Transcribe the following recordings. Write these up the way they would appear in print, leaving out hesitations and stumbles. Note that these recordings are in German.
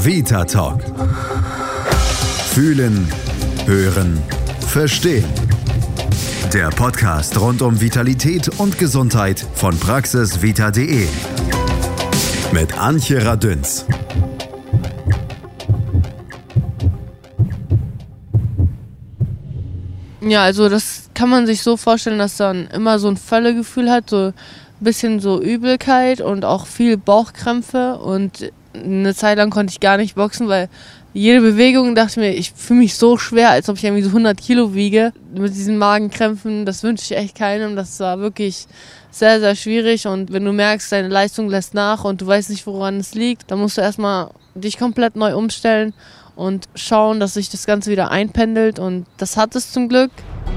Vita Talk. Fühlen, hören, verstehen. Der Podcast rund um Vitalität und Gesundheit von praxisvita.de. Mit Antje Radünz. Ja, also das kann man sich so vorstellen, dass man immer so ein Völlegefühl hat, so ein bisschen so Übelkeit und auch viel Bauchkrämpfe. Und eine Zeit lang konnte ich gar nicht boxen, weil jede Bewegung dachte mir, ich fühle mich so schwer, als ob ich irgendwie so 100 Kilo wiege. Mit diesen Magenkrämpfen, das wünsche ich echt keinem. Das war wirklich sehr, sehr schwierig. Und wenn du merkst, deine Leistung lässt nach und du weißt nicht, woran es liegt, dann musst du erstmal dich komplett neu umstellen und schauen, dass sich das Ganze wieder einpendelt. Und das hat es zum Glück.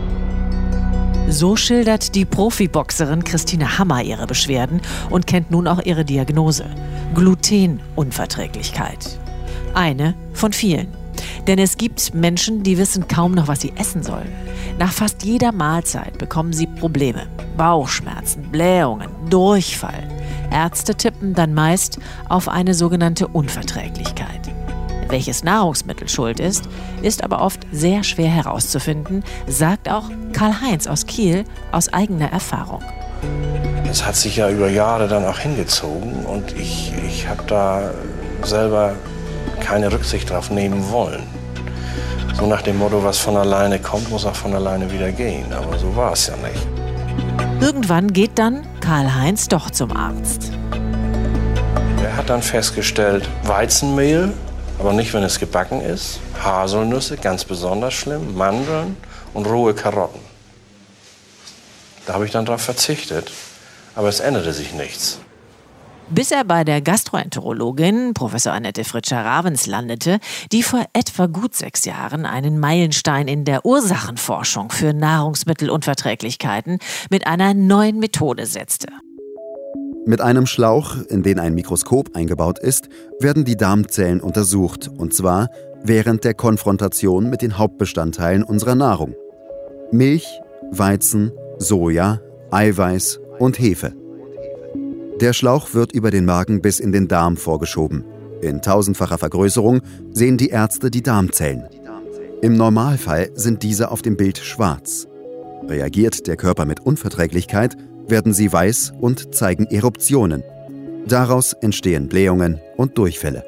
So schildert die Profiboxerin Christine Hammer ihre Beschwerden und kennt nun auch ihre Diagnose: Glutenunverträglichkeit. Eine von vielen. Denn es gibt Menschen, die wissen kaum noch, was sie essen sollen. Nach fast jeder Mahlzeit bekommen sie Probleme. Bauchschmerzen, Blähungen, Durchfall. Ärzte tippen dann meist auf eine sogenannte Unverträglichkeit. Welches Nahrungsmittel schuld ist aber oft sehr schwer herauszufinden, sagt auch Karl-Heinz aus Kiel aus eigener Erfahrung. Es hat sich ja über Jahre dann auch hingezogen und ich habe da selber keine Rücksicht drauf nehmen wollen. So nach dem Motto, was von alleine kommt, muss auch von alleine wieder gehen. Aber so war es ja nicht. Irgendwann geht dann Karl-Heinz doch zum Arzt. Er hat dann festgestellt, Weizenmehl, aber nicht, wenn es gebacken ist, Haselnüsse, ganz besonders schlimm, Mandeln und rohe Karotten. Da habe ich dann darauf verzichtet, aber es änderte sich nichts. Bis er bei der Gastroenterologin Professor Annette Fritscher-Ravens landete, die vor etwa gut 6 Jahren einen Meilenstein in der Ursachenforschung für Nahrungsmittelunverträglichkeiten mit einer neuen Methode setzte. Mit einem Schlauch, in den ein Mikroskop eingebaut ist, werden die Darmzellen untersucht, und zwar während der Konfrontation mit den Hauptbestandteilen unserer Nahrung: Milch, Weizen, Soja, Eiweiß und Hefe. Der Schlauch wird über den Magen bis in den Darm vorgeschoben. In 1000-facher Vergrößerung sehen die Ärzte die Darmzellen. Im Normalfall sind diese auf dem Bild schwarz. Reagiert der Körper mit Unverträglichkeit, werden sie weiß und zeigen Eruptionen. Daraus entstehen Blähungen und Durchfälle.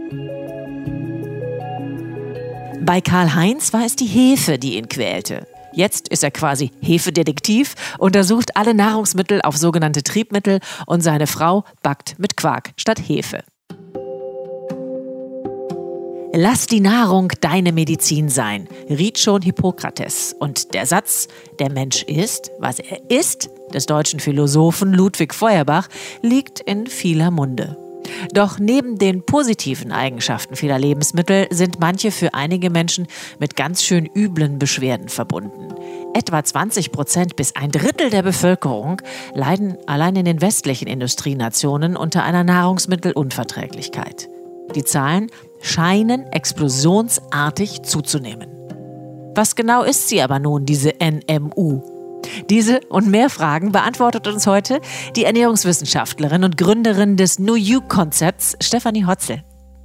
Bei Karl-Heinz war es die Hefe, die ihn quälte. Jetzt ist er quasi Hefedetektiv, untersucht alle Nahrungsmittel auf sogenannte Triebmittel und seine Frau backt mit Quark statt Hefe. Lass die Nahrung deine Medizin sein, riet schon Hippokrates. Und der Satz, der Mensch ist, was er isst, des deutschen Philosophen Ludwig Feuerbach, liegt in vieler Munde. Doch neben den positiven Eigenschaften vieler Lebensmittel sind manche für einige Menschen mit ganz schön üblen Beschwerden verbunden. Etwa 20% bis 1/3 der Bevölkerung leiden allein in den westlichen Industrienationen unter einer Nahrungsmittelunverträglichkeit. Die Zahlen scheinen explosionsartig zuzunehmen. Was genau ist sie aber nun, diese NMU? Diese und mehr Fragen beantwortet uns heute die Ernährungswissenschaftlerin und Gründerin des New You-Konzepts, Stefanie Hotzel.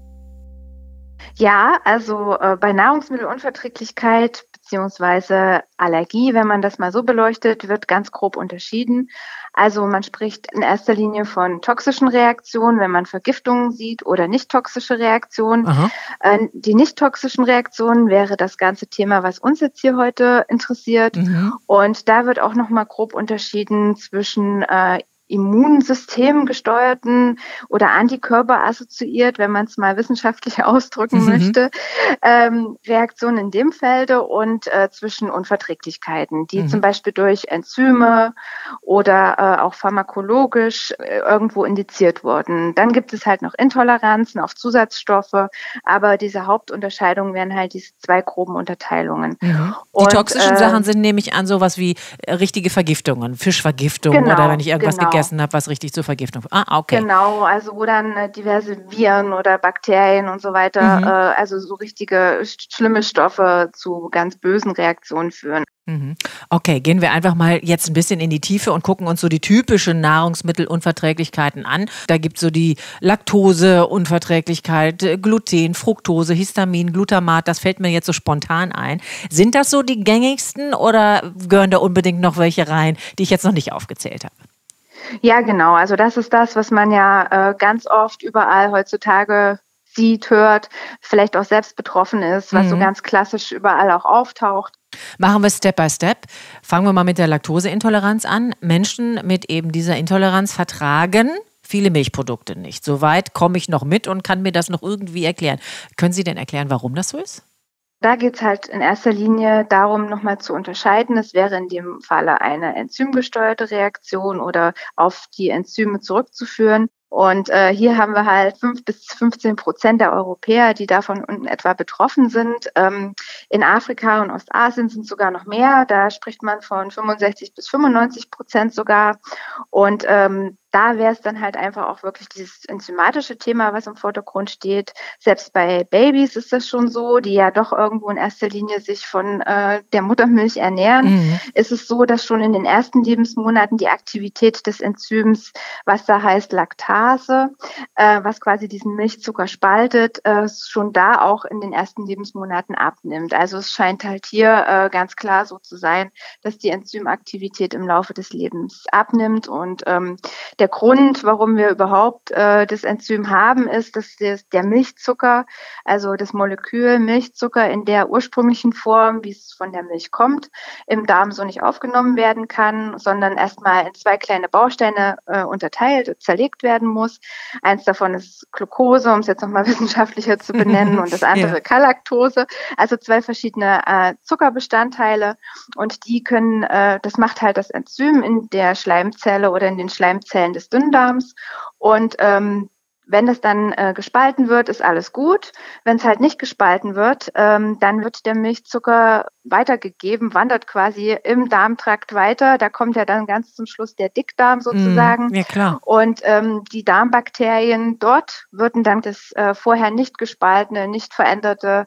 Ja, also bei Nahrungsmittelunverträglichkeit bzw. Allergie, wenn man das mal so beleuchtet, wird ganz grob unterschieden. Also man spricht in erster Linie von toxischen Reaktionen, wenn man Vergiftungen sieht, oder nicht toxische Reaktionen. Die nicht toxischen Reaktionen wäre das ganze Thema, was uns jetzt hier heute interessiert. Und da wird auch nochmal grob unterschieden zwischen Immunsystem gesteuerten oder Antikörper assoziiert, wenn man es mal wissenschaftlich ausdrücken möchte, Reaktionen in dem Felde und zwischen Unverträglichkeiten, die zum Beispiel durch Enzyme oder auch pharmakologisch irgendwo indiziert wurden. Dann gibt es halt noch Intoleranzen auf Zusatzstoffe, aber diese Hauptunterscheidungen wären halt diese 2 groben Unterteilungen. Die toxischen Sachen sind nämlich an sowas wie richtige Vergiftungen, Fischvergiftung, genau, oder wenn ich irgendwas gegessen habe, was richtig zur Vergiftung. Okay. Genau, also wo dann diverse Viren oder Bakterien und so weiter, also so richtige schlimme Stoffe zu ganz bösen Reaktionen führen. Okay, gehen wir einfach mal jetzt ein bisschen in die Tiefe und gucken uns so die typischen Nahrungsmittelunverträglichkeiten an. Da gibt es so die Laktoseunverträglichkeit, Gluten, Fructose, Histamin, Glutamat, das fällt mir jetzt so spontan ein. Sind das so die gängigsten oder gehören da unbedingt noch welche rein, die ich jetzt noch nicht aufgezählt habe? Ja, genau. Also das ist das, was man ja ganz oft überall heutzutage sieht, hört, vielleicht auch selbst betroffen ist, was so ganz klassisch überall auch auftaucht. Machen wir Step by Step. Fangen wir mal mit der Laktoseintoleranz an. Menschen mit eben dieser Intoleranz vertragen viele Milchprodukte nicht. Soweit komme ich noch mit und kann mir das noch irgendwie erklären. Können Sie denn erklären, warum das so ist? Da geht es halt in erster Linie darum, nochmal zu unterscheiden. Es wäre in dem Falle eine enzymgesteuerte Reaktion oder auf die Enzyme zurückzuführen. Und hier haben wir halt 5-15% der Europäer, die davon in etwa betroffen sind. In Afrika und Ostasien sind sogar noch mehr. Da spricht man von 65-95% sogar. Und da wäre es dann halt einfach auch wirklich dieses enzymatische Thema, was im Vordergrund steht. Selbst bei Babys ist das schon so, die ja doch irgendwo in erster Linie sich von der Muttermilch ernähren. Ist es so, dass schon in den ersten Lebensmonaten die Aktivität des Enzyms, was da heißt Laktase, was quasi diesen Milchzucker spaltet, schon da auch in den ersten Lebensmonaten abnimmt. Also es scheint halt hier ganz klar so zu sein, dass die Enzymaktivität im Laufe des Lebens abnimmt. Und der Grund, warum wir überhaupt das Enzym haben, ist, dass der Milchzucker, also das Molekül Milchzucker in der ursprünglichen Form, wie es von der Milch kommt, im Darm so nicht aufgenommen werden kann, sondern erstmal in 2 kleine Bausteine unterteilt, zerlegt werden muss. Eins davon ist Glucose, um es jetzt nochmal wissenschaftlicher zu benennen, und das andere Galaktose. Also 2 verschiedene Zuckerbestandteile, und die können, das macht halt das Enzym in der Schleimzelle oder in den Schleimzellen des Dünndarms. Und wenn das dann gespalten wird, ist alles gut. Wenn es halt nicht gespalten wird, dann wird der Milchzucker weitergegeben, wandert quasi im Darmtrakt weiter. Da kommt ja dann ganz zum Schluss der Dickdarm sozusagen. Ja, klar. Und die Darmbakterien dort würden dann das vorher nicht gespaltene, nicht veränderte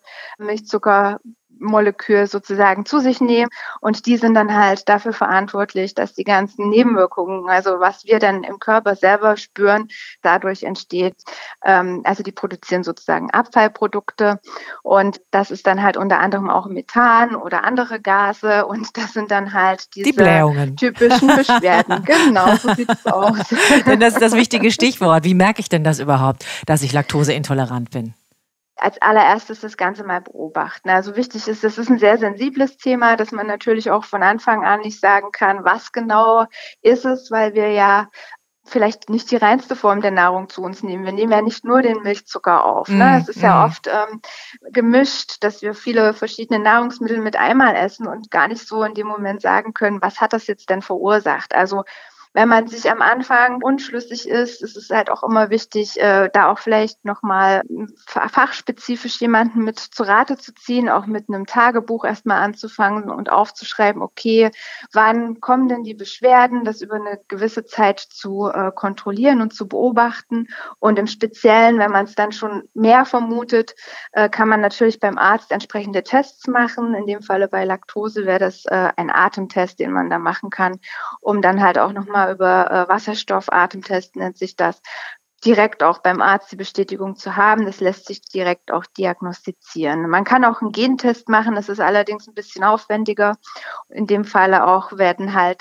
Milchzuckermolekül sozusagen zu sich nehmen, und die sind dann halt dafür verantwortlich, dass die ganzen Nebenwirkungen, also was wir dann im Körper selber spüren, dadurch entsteht. Also die produzieren sozusagen Abfallprodukte, und das ist dann halt unter anderem auch Methan oder andere Gase, und das sind dann halt diese typischen Beschwerden. Genau, so sieht es aus. Denn das ist das wichtige Stichwort. Wie merke ich denn das überhaupt, dass ich laktoseintolerant bin? Als allererstes das Ganze mal beobachten. Also wichtig ist, das ist ein sehr sensibles Thema, dass man natürlich auch von Anfang an nicht sagen kann, was genau ist es, weil wir ja vielleicht nicht die reinste Form der Nahrung zu uns nehmen. Wir nehmen ja nicht nur den Milchzucker auf. Ne? Es ist ja oft gemischt, dass wir viele verschiedene Nahrungsmittel mit einmal essen und gar nicht so in dem Moment sagen können, was hat das jetzt denn verursacht. Also wenn man sich am Anfang unschlüssig ist es halt auch immer wichtig, da auch vielleicht nochmal fachspezifisch jemanden mit zu Rate zu ziehen, auch mit einem Tagebuch erstmal anzufangen und aufzuschreiben, okay, wann kommen denn die Beschwerden, das über eine gewisse Zeit zu kontrollieren und zu beobachten. Und im Speziellen, wenn man es dann schon mehr vermutet, kann man natürlich beim Arzt entsprechende Tests machen. In dem Falle bei Laktose wäre das ein Atemtest, den man da machen kann, um dann halt auch nochmal über Wasserstoffatemtest nennt sich das, direkt auch beim Arzt die Bestätigung zu haben. Das lässt sich direkt auch diagnostizieren. Man kann auch einen Gentest machen, das ist allerdings ein bisschen aufwendiger. In dem Falle auch werden halt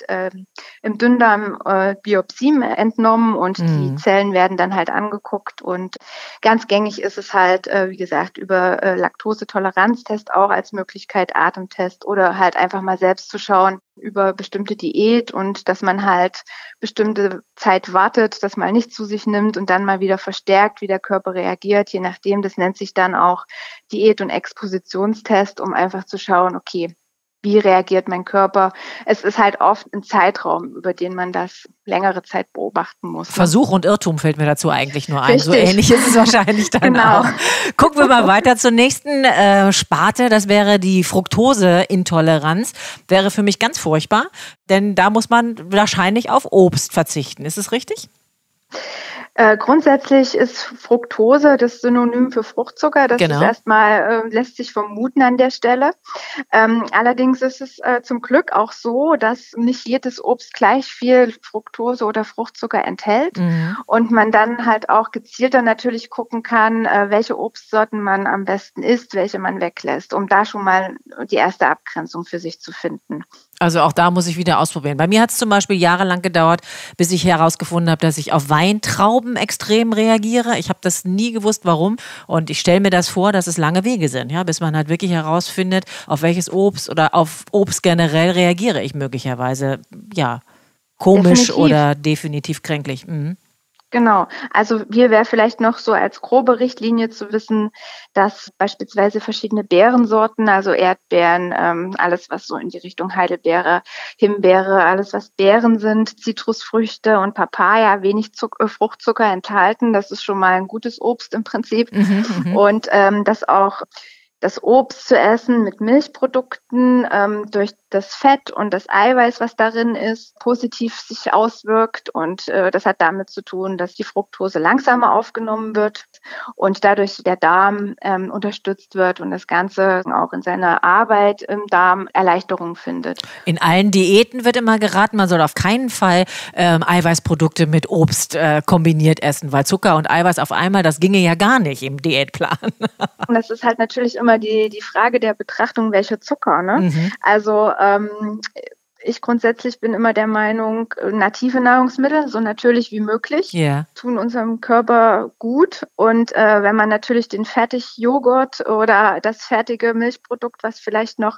im Dünndarm Biopsien entnommen, und die Zellen werden dann halt angeguckt, und ganz gängig ist es halt, wie gesagt, über Laktosetoleranztest auch als Möglichkeit, Atemtest, oder halt einfach mal selbst zu schauen über bestimmte Diät, und dass man halt bestimmte Zeit wartet, das mal nicht zu sich nimmt und dann mal wieder verstärkt, wie der Körper reagiert, je nachdem. Das nennt sich dann auch Diät- und Expositionstest, um einfach zu schauen, okay, wie reagiert mein Körper? Es ist halt oft ein Zeitraum, über den man das längere Zeit beobachten muss. Versuch und Irrtum fällt mir dazu eigentlich nur ein. Richtig. So ähnlich ist es wahrscheinlich dann Genau. auch. Gucken wir mal weiter zur nächsten Sparte. Das wäre die Fructoseintoleranz. Wäre für mich ganz furchtbar, denn da muss man wahrscheinlich auf Obst verzichten. Ist es richtig? Grundsätzlich ist Fructose das Synonym für Fruchtzucker. Das ist erstmal, lässt sich vermuten an der Stelle. Allerdings ist es zum Glück auch so, dass nicht jedes Obst gleich viel Fructose oder Fruchtzucker enthält und man dann halt auch gezielter natürlich gucken kann, welche Obstsorten man am besten isst, welche man weglässt, um da schon mal die erste Abgrenzung für sich zu finden. Also auch da muss ich wieder ausprobieren. Bei mir hat es zum Beispiel jahrelang gedauert, bis ich herausgefunden habe, dass ich auf Weintrauben extrem reagiere. Ich habe das nie gewusst, warum. Und ich stelle mir das vor, dass es lange Wege sind, ja, bis man halt wirklich herausfindet, auf welches Obst oder auf Obst generell reagiere ich möglicherweise, ja, komisch oder definitiv kränklich. Genau. Also hier wäre vielleicht noch so als grobe Richtlinie zu wissen, dass beispielsweise verschiedene Beerensorten, also Erdbeeren, alles was so in die Richtung Heidelbeere, Himbeere, alles was Beeren sind, Zitrusfrüchte und Papaya, wenig Fruchtzucker enthalten. Das ist schon mal ein gutes Obst im Prinzip. Und dass auch das Obst zu essen mit Milchprodukten durch das Fett und das Eiweiß, was darin ist, positiv sich auswirkt. Und das hat damit zu tun, dass die Fructose langsamer aufgenommen wird und dadurch der Darm unterstützt wird und das Ganze auch in seiner Arbeit im Darm Erleichterung findet. In allen Diäten wird immer geraten, man soll auf keinen Fall Eiweißprodukte mit Obst kombiniert essen, weil Zucker und Eiweiß auf einmal, das ginge ja gar nicht im Diätplan. Und das ist halt natürlich immer die Frage der Betrachtung, welcher Zucker, ne? Also ich grundsätzlich bin immer der Meinung, native Nahrungsmittel, so natürlich wie möglich, tun unserem Körper gut. Und wenn man natürlich den Fertigjoghurt oder das fertige Milchprodukt, was vielleicht noch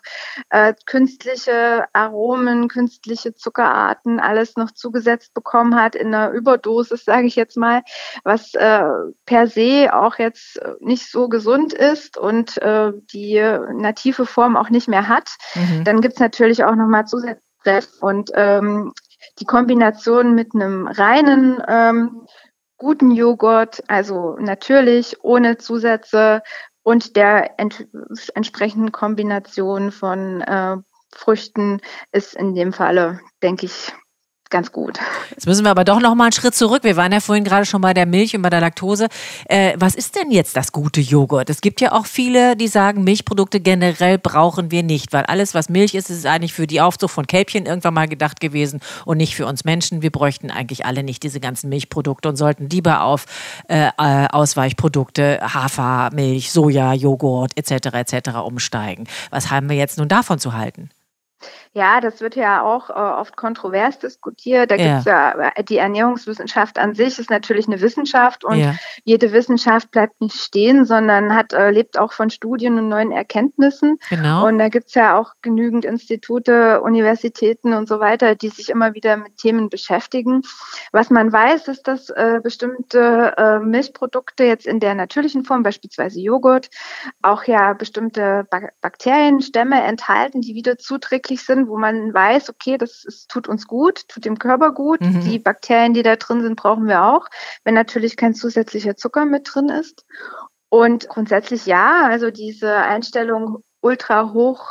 künstliche Aromen, künstliche Zuckerarten, alles noch zugesetzt bekommen hat in einer Überdosis, sage ich jetzt mal, was per se auch jetzt nicht so gesund ist und die native Form auch nicht mehr hat, dann gibt's natürlich auch nochmal zusätzlich. Und die Kombination mit einem reinen, guten Joghurt, also natürlich, ohne Zusätze und der entsprechenden Kombination von Früchten ist in dem Falle, denke ich, ganz gut. Jetzt müssen wir aber doch noch mal einen Schritt zurück. Wir waren ja vorhin gerade schon bei der Milch und bei der Laktose. Was ist denn jetzt das gute Joghurt? Es gibt ja auch viele, die sagen, Milchprodukte generell brauchen wir nicht, weil alles, was Milch ist, ist eigentlich für die Aufzucht von Kälbchen irgendwann mal gedacht gewesen und nicht für uns Menschen. Wir bräuchten eigentlich alle nicht diese ganzen Milchprodukte und sollten lieber auf Ausweichprodukte, Hafermilch, Soja, Joghurt etc. umsteigen. Was haben wir jetzt nun davon zu halten? Ja, das wird ja auch oft kontrovers diskutiert. Da gibt's ja die Ernährungswissenschaft an sich ist natürlich eine Wissenschaft und jede Wissenschaft bleibt nicht stehen, sondern lebt auch von Studien und neuen Erkenntnissen. Genau. Und da gibt's ja auch genügend Institute, Universitäten und so weiter, die sich immer wieder mit Themen beschäftigen. Was man weiß, ist, dass bestimmte Milchprodukte jetzt in der natürlichen Form, beispielsweise Joghurt, auch ja bestimmte Bakterienstämme enthalten, die wieder zuträglich sind, wo man weiß, okay, tut uns gut, tut dem Körper gut. Die Bakterien, die da drin sind, brauchen wir auch, wenn natürlich kein zusätzlicher Zucker mit drin ist. Und grundsätzlich ja, also diese Einstellung ultra hoch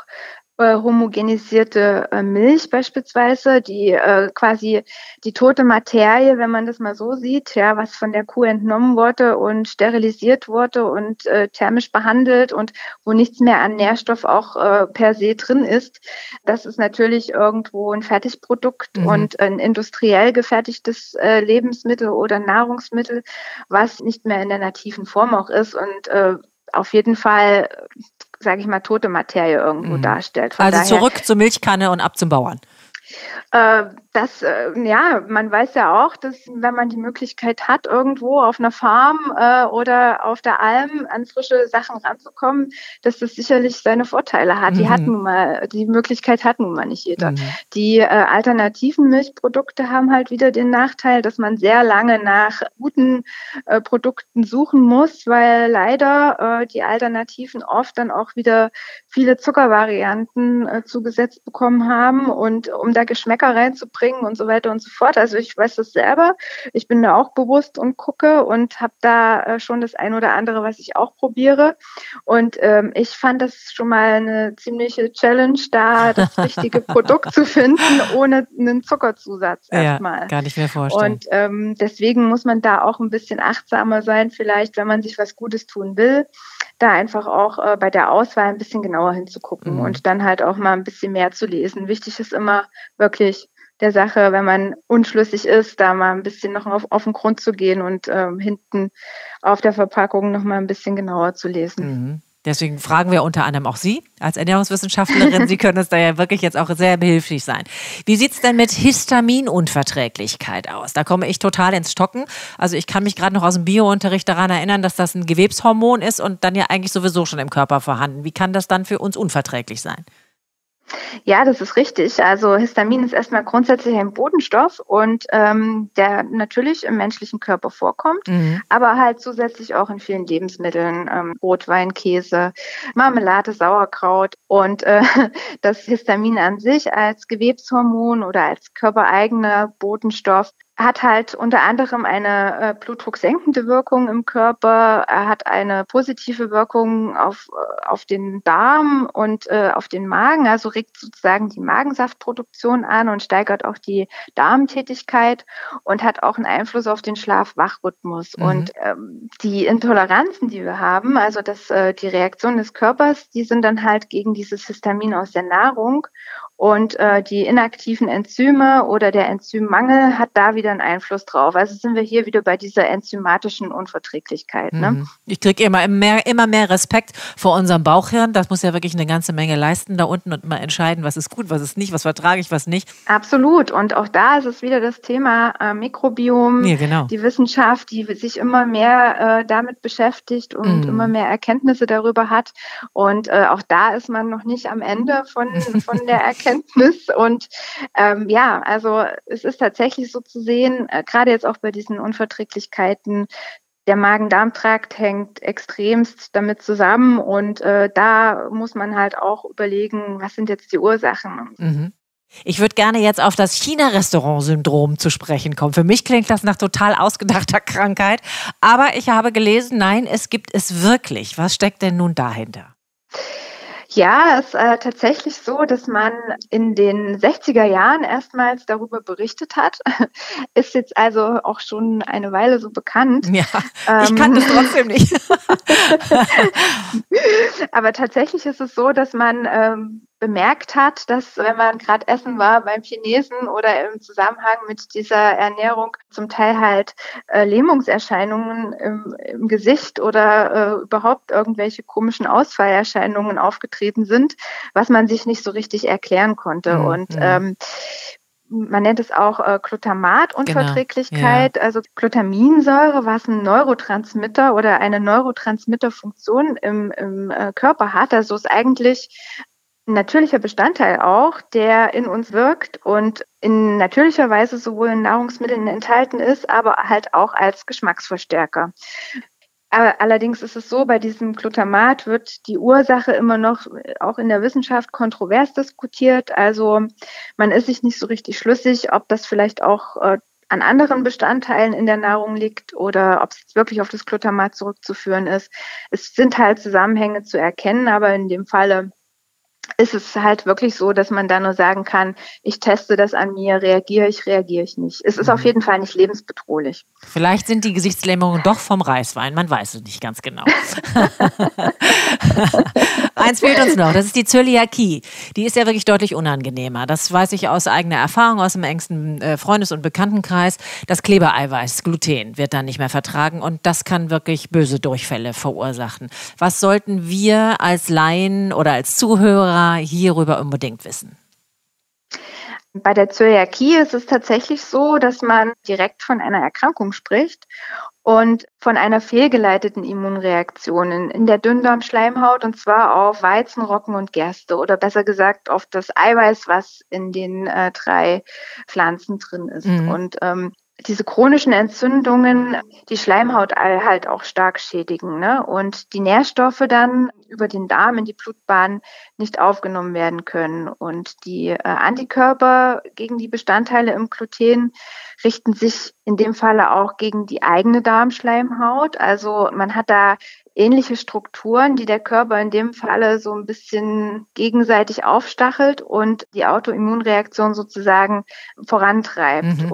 homogenisierte Milch beispielsweise, die quasi die tote Materie, wenn man das mal so sieht, ja, was von der Kuh entnommen wurde und sterilisiert wurde und thermisch behandelt und wo nichts mehr an Nährstoff auch per se drin ist. Das ist natürlich irgendwo ein Fertigprodukt und ein industriell gefertigtes Lebensmittel oder Nahrungsmittel, was nicht mehr in der nativen Form auch ist und auf jeden Fall, sage ich mal, tote Materie irgendwo darstellt. Von also daher, zurück zur Milchkanne und ab zum Bauern. Man weiß ja auch, dass wenn man die Möglichkeit hat, irgendwo auf einer Farm oder auf der Alm an frische Sachen ranzukommen, dass das sicherlich seine Vorteile hat. Die Möglichkeit hat nun mal nicht jeder. Die alternativen Milchprodukte haben halt wieder den Nachteil, dass man sehr lange nach guten Produkten suchen muss, weil leider die Alternativen oft dann auch wieder viele Zuckervarianten zugesetzt bekommen haben und um da Geschmäcker reinzubringen, springen und so weiter und so fort. Also ich weiß das selber. Ich bin da auch bewusst und gucke und habe da schon das ein oder andere, was ich auch probiere. Und ich fand das schon mal eine ziemliche Challenge, da das richtige Produkt zu finden, ohne einen Zuckerzusatz erstmal. Ja, kann ich mir vorstellen. Und deswegen muss man da auch ein bisschen achtsamer sein, vielleicht, wenn man sich was Gutes tun will, da einfach auch bei der Auswahl ein bisschen genauer hinzugucken und dann halt auch mal ein bisschen mehr zu lesen. Wichtig ist immer wirklich der Sache, wenn man unschlüssig ist, da mal ein bisschen noch auf den Grund zu gehen und hinten auf der Verpackung noch mal ein bisschen genauer zu lesen. Deswegen fragen wir unter anderem auch Sie als Ernährungswissenschaftlerin. Sie können uns da ja wirklich jetzt auch sehr behilflich sein. Wie sieht es denn mit Histaminunverträglichkeit aus? Da komme ich total ins Stocken. Also ich kann mich gerade noch aus dem Biounterricht daran erinnern, dass das ein Gewebshormon ist und dann ja eigentlich sowieso schon im Körper vorhanden. Wie kann das dann für uns unverträglich sein? Ja, das ist richtig. Also Histamin ist erstmal grundsätzlich ein Botenstoff und der natürlich im menschlichen Körper vorkommt, aber halt zusätzlich auch in vielen Lebensmitteln, Rotwein, Käse, Marmelade, Sauerkraut. Und das Histamin an sich als Gewebshormon oder als körpereigener Botenstoff hat halt unter anderem eine blutdrucksenkende Wirkung im Körper. Er hat eine positive Wirkung auf den Darm und auf den Magen, also regt sozusagen die Magensaftproduktion an und steigert auch die Darmtätigkeit und hat auch einen Einfluss auf den Schlaf-Wach-Rhythmus. Und die Intoleranzen, die wir haben, also die Reaktion des Körpers, die sind dann halt gegen dieses Histamin aus der Nahrung. Und die inaktiven Enzyme oder der Enzymmangel hat da wieder einen Einfluss drauf. Also sind wir hier wieder bei dieser enzymatischen Unverträglichkeit. Ne? Ich kriege immer mehr Respekt vor unserem Bauchhirn. Das muss ja wirklich eine ganze Menge leisten da unten und mal entscheiden, was ist gut, was ist nicht, was vertrage ich, was nicht. Absolut. Und auch da ist es wieder das Thema Mikrobiom, die Wissenschaft, die sich immer mehr damit beschäftigt und immer mehr Erkenntnisse darüber hat. Und auch da ist man noch nicht am Ende von der Erkenntnis. Und also es ist tatsächlich so zu sehen, gerade jetzt auch bei diesen Unverträglichkeiten, der Magen-Darm-Trakt hängt extremst damit zusammen und da muss man halt auch überlegen, was sind jetzt die Ursachen. Ich würde gerne jetzt auf das China-Restaurant-Syndrom zu sprechen kommen. Für mich klingt das nach total ausgedachter Krankheit, aber ich habe gelesen, nein, es gibt es wirklich. Was steckt denn nun dahinter? Ja, es ist tatsächlich so, dass man in den 60er Jahren erstmals darüber berichtet hat. Ist jetzt also auch schon eine Weile so bekannt. Ja, ich kannte es trotzdem nicht. Aber tatsächlich ist es so, dass man bemerkt hat, dass wenn man gerade essen war beim Chinesen oder im Zusammenhang mit dieser Ernährung zum Teil halt Lähmungserscheinungen im Gesicht oder überhaupt irgendwelche komischen Ausfallerscheinungen aufgetreten sind, was man sich nicht so richtig erklären konnte. Und man nennt es auch Glutamatunverträglichkeit, Genau, ja. Also Glutaminsäure, was ein Neurotransmitter oder eine Neurotransmitterfunktion im Körper hat. Also ist eigentlich ein natürlicher Bestandteil auch, der in uns wirkt und in natürlicher Weise sowohl in Nahrungsmitteln enthalten ist, aber halt auch als Geschmacksverstärker. Aber allerdings ist es so, bei diesem Glutamat wird die Ursache immer noch auch in der Wissenschaft kontrovers diskutiert. Also man ist sich nicht so richtig schlüssig, ob das vielleicht auch an anderen Bestandteilen in der Nahrung liegt oder ob es jetzt wirklich auf das Glutamat zurückzuführen ist. Es sind halt Zusammenhänge zu erkennen, aber in dem Falle ist es halt wirklich so, dass man da nur sagen kann, ich teste das an mir, reagiere ich nicht. Es ist auf jeden Fall nicht lebensbedrohlich. Vielleicht sind die Gesichtslähmungen doch vom Reiswein, man weiß es nicht ganz genau. Eins fehlt uns noch, das ist die Zöliakie. Die ist ja wirklich deutlich unangenehmer. Das weiß ich aus eigener Erfahrung, aus dem engsten Freundes- und Bekanntenkreis. Das Klebereiweiß, Gluten, wird dann nicht mehr vertragen und das kann wirklich böse Durchfälle verursachen. Was sollten wir als Laien oder als Zuhörer hierüber unbedingt wissen? Bei der Zöliakie ist es tatsächlich so, dass man direkt von einer Erkrankung spricht und von einer fehlgeleiteten Immunreaktion in der Dünndarmschleimhaut, und zwar auf Weizen, Roggen und Gerste oder besser gesagt auf das Eiweiß, was in den 3 Pflanzen drin ist. Und diese chronischen Entzündungen die Schleimhaut halt auch stark schädigen, ne? Und die Nährstoffe dann über den Darm in die Blutbahn nicht aufgenommen werden können. Und die Antikörper gegen die Bestandteile im Gluten richten sich in dem Falle auch gegen die eigene Darmschleimhaut. Also man hat da ähnliche Strukturen, die der Körper in dem Falle so ein bisschen gegenseitig aufstachelt und die Autoimmunreaktion sozusagen vorantreibt.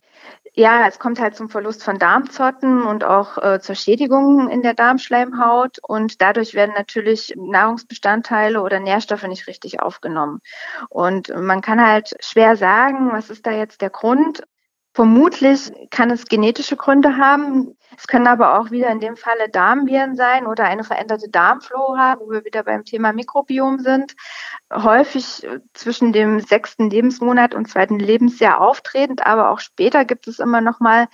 Ja, es kommt halt zum Verlust von Darmzotten und auch zur Schädigung in der Darmschleimhaut und dadurch werden natürlich Nahrungsbestandteile oder Nährstoffe nicht richtig aufgenommen. Und man kann halt schwer sagen, was ist da jetzt der Grund? Vermutlich kann es genetische Gründe haben. Es können aber auch wieder in dem Falle Darmviren sein oder eine veränderte Darmflora, wo wir wieder beim Thema Mikrobiom sind. Häufig zwischen dem 6. Lebensmonat und 2. Lebensjahr auftretend, aber auch später gibt es immer noch mal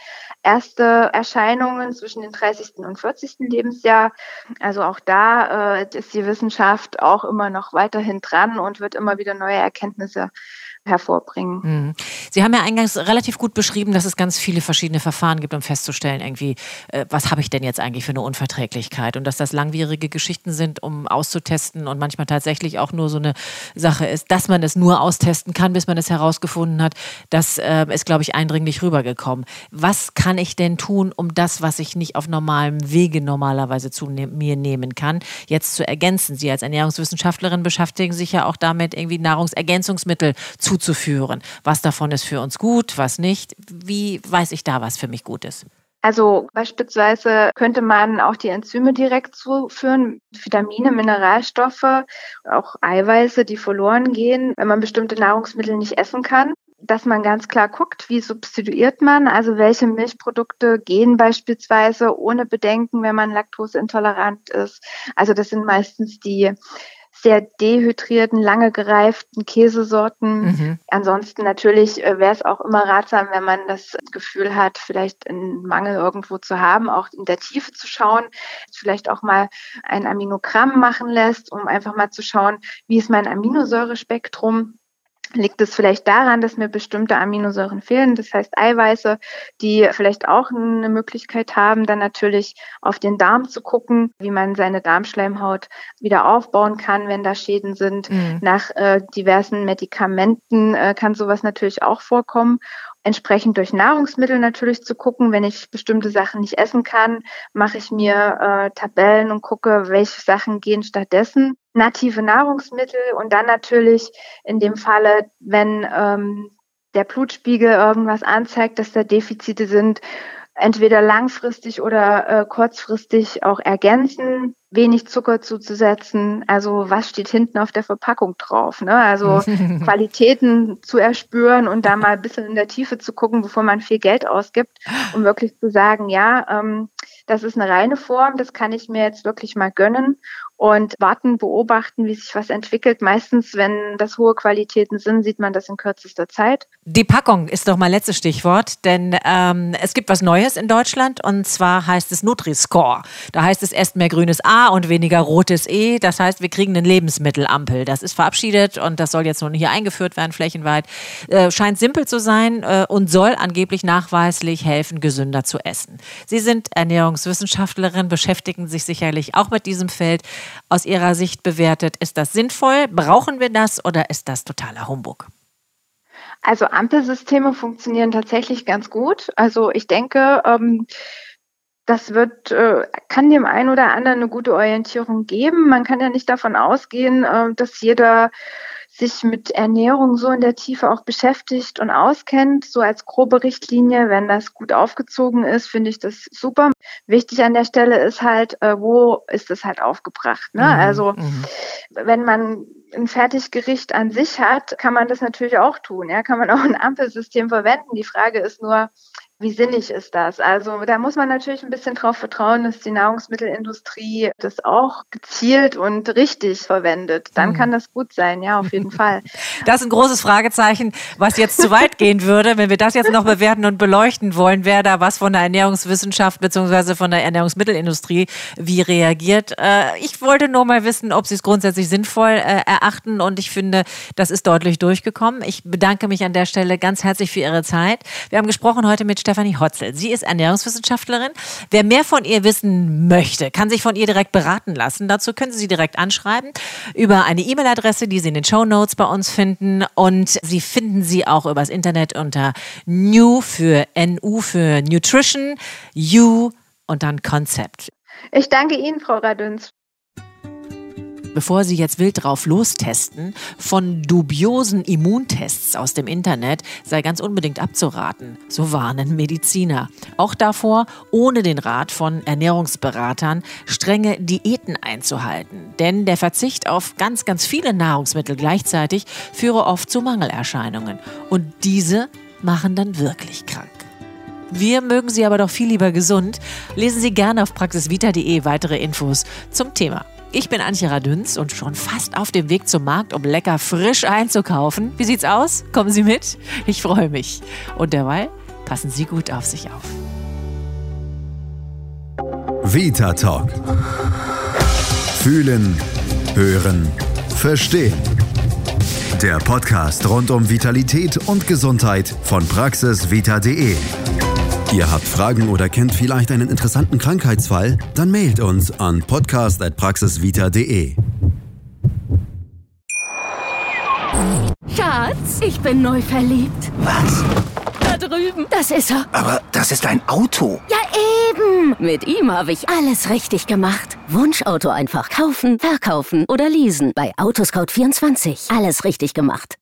erste Erscheinungen zwischen dem 30. und 40. Lebensjahr. Also auch da ist die Wissenschaft auch immer noch weiterhin dran und wird immer wieder neue Erkenntnisse hervorbringen. Sie haben ja eingangs relativ gut beschrieben, dass es ganz viele verschiedene Verfahren gibt, um festzustellen, irgendwie, was habe ich denn jetzt eigentlich für eine Unverträglichkeit und dass das langwierige Geschichten sind, um auszutesten und manchmal tatsächlich auch nur so eine Sache ist, dass man es nur austesten kann, bis man es herausgefunden hat. Das ist, glaube ich, eindringlich rübergekommen. Was kann ich denn tun, um das, was ich nicht auf normalem Wege normalerweise zu mir nehmen kann, jetzt zu ergänzen? Sie als Ernährungswissenschaftlerin beschäftigen sich ja auch damit, irgendwie Nahrungsergänzungsmittel zuzuführen. Was davon ist für uns gut, was nicht? Wie weiß ich da, was für mich gut ist? Also beispielsweise könnte man auch die Enzyme direkt zuführen, Vitamine, Mineralstoffe, auch Eiweiße, die verloren gehen, wenn man bestimmte Nahrungsmittel nicht essen kann. Dass man ganz klar guckt, wie substituiert man, also welche Milchprodukte gehen beispielsweise ohne Bedenken, wenn man laktoseintolerant ist. Also das sind meistens die sehr dehydrierten, lange gereiften Käsesorten. Ansonsten natürlich wäre es auch immer ratsam, wenn man das Gefühl hat, vielleicht einen Mangel irgendwo zu haben, auch in der Tiefe zu schauen, vielleicht auch mal ein Aminogramm machen lässt, um einfach mal zu schauen, wie ist mein Aminosäurespektrum. Liegt es vielleicht daran, dass mir bestimmte Aminosäuren fehlen, das heißt Eiweiße, die vielleicht auch eine Möglichkeit haben, dann natürlich auf den Darm zu gucken, wie man seine Darmschleimhaut wieder aufbauen kann, wenn da Schäden sind. Nach diversen Medikamenten kann sowas natürlich auch vorkommen. Entsprechend durch Nahrungsmittel natürlich zu gucken, wenn ich bestimmte Sachen nicht essen kann, mache ich mir Tabellen und gucke, welche Sachen gehen stattdessen. Native Nahrungsmittel und dann natürlich in dem Falle, wenn der Blutspiegel irgendwas anzeigt, dass da Defizite sind, entweder langfristig oder kurzfristig auch ergänzen, wenig Zucker zuzusetzen. Also was steht hinten auf der Verpackung drauf, ne? Also Qualitäten zu erspüren und da mal ein bisschen in der Tiefe zu gucken, bevor man viel Geld ausgibt, um wirklich zu sagen, ja, das ist eine reine Form, das kann ich mir jetzt wirklich mal gönnen und warten, beobachten, wie sich was entwickelt. Meistens, wenn das hohe Qualitäten sind, sieht man das in kürzester Zeit. Die Packung ist doch mal letztes Stichwort, denn es gibt was Neues in Deutschland und zwar heißt es Nutri-Score. Da heißt es, esst mehr grünes A und weniger rotes E. Das heißt, wir kriegen eine Lebensmittelampel. Das ist verabschiedet und das soll jetzt nun hier eingeführt werden, flächenweit. Scheint simpel zu sein und soll angeblich nachweislich helfen, gesünder zu essen. Sie sind Ernährungswissenschaftlerin, beschäftigen sich sicherlich auch mit diesem Feld. Aus Ihrer Sicht bewertet, ist das sinnvoll? Brauchen wir das oder ist das totaler Humbug? Also Ampelsysteme funktionieren tatsächlich ganz gut. Also ich denke, das kann dem einen oder anderen eine gute Orientierung geben. Man kann ja nicht davon ausgehen, dass jeder sich mit Ernährung so in der Tiefe auch beschäftigt und auskennt, so als grobe Richtlinie. Wenn das gut aufgezogen ist, finde ich das super. Wichtig an der Stelle ist halt, wo ist es halt aufgebracht, ne? Also wenn man ein Fertiggericht an sich hat, kann man das natürlich auch tun. Ja, kann man auch ein Ampelsystem verwenden. Die Frage ist nur, wie sinnig ist das? Also da muss man natürlich ein bisschen drauf vertrauen, dass die Nahrungsmittelindustrie das auch gezielt und richtig verwendet. Dann kann das gut sein, ja, auf jeden Fall. Das ist ein großes Fragezeichen, was jetzt zu weit gehen würde. Wenn wir das jetzt noch bewerten und beleuchten wollen, wer da was von der Ernährungswissenschaft bzw. von der Ernährungsmittelindustrie wie reagiert. Ich wollte nur mal wissen, ob Sie es grundsätzlich sinnvoll erachten und ich finde, das ist deutlich durchgekommen. Ich bedanke mich an der Stelle ganz herzlich für Ihre Zeit. Wir haben gesprochen heute mit Stefanie Hotzel. Sie ist Ernährungswissenschaftlerin. Wer mehr von ihr wissen möchte, kann sich von ihr direkt beraten lassen. Dazu können Sie sie direkt anschreiben über eine E-Mail-Adresse, die Sie in den Shownotes bei uns finden. Und Sie finden sie auch übers Internet unter NU für Nutrition, U und dann Concept. Ich danke Ihnen, Frau Radünz. Bevor Sie jetzt wild drauf lostesten, von dubiosen Immuntests aus dem Internet sei ganz unbedingt abzuraten. So warnen Mediziner. Auch davor, ohne den Rat von Ernährungsberatern, strenge Diäten einzuhalten. Denn der Verzicht auf ganz, ganz viele Nahrungsmittel gleichzeitig führe oft zu Mangelerscheinungen. Und diese machen dann wirklich krank. Wir mögen Sie aber doch viel lieber gesund. Lesen Sie gerne auf praxisvita.de weitere Infos zum Thema. Ich bin Antje Radünz und schon fast auf dem Weg zum Markt, um lecker frisch einzukaufen. Wie sieht's aus? Kommen Sie mit? Ich freue mich. Und derweil passen Sie gut auf sich auf. Vita Talk. Fühlen, hören, verstehen. Der Podcast rund um Vitalität und Gesundheit von praxisvita.de. Ihr habt Fragen oder kennt vielleicht einen interessanten Krankheitsfall? Dann mailt uns an podcast@praxisvita.de. Schatz, ich bin neu verliebt. Was? Da drüben. Das ist er. Aber das ist ein Auto. Ja, eben. Mit ihm habe ich alles richtig gemacht. Wunschauto einfach kaufen, verkaufen oder leasen. Bei Autoscout24. Alles richtig gemacht.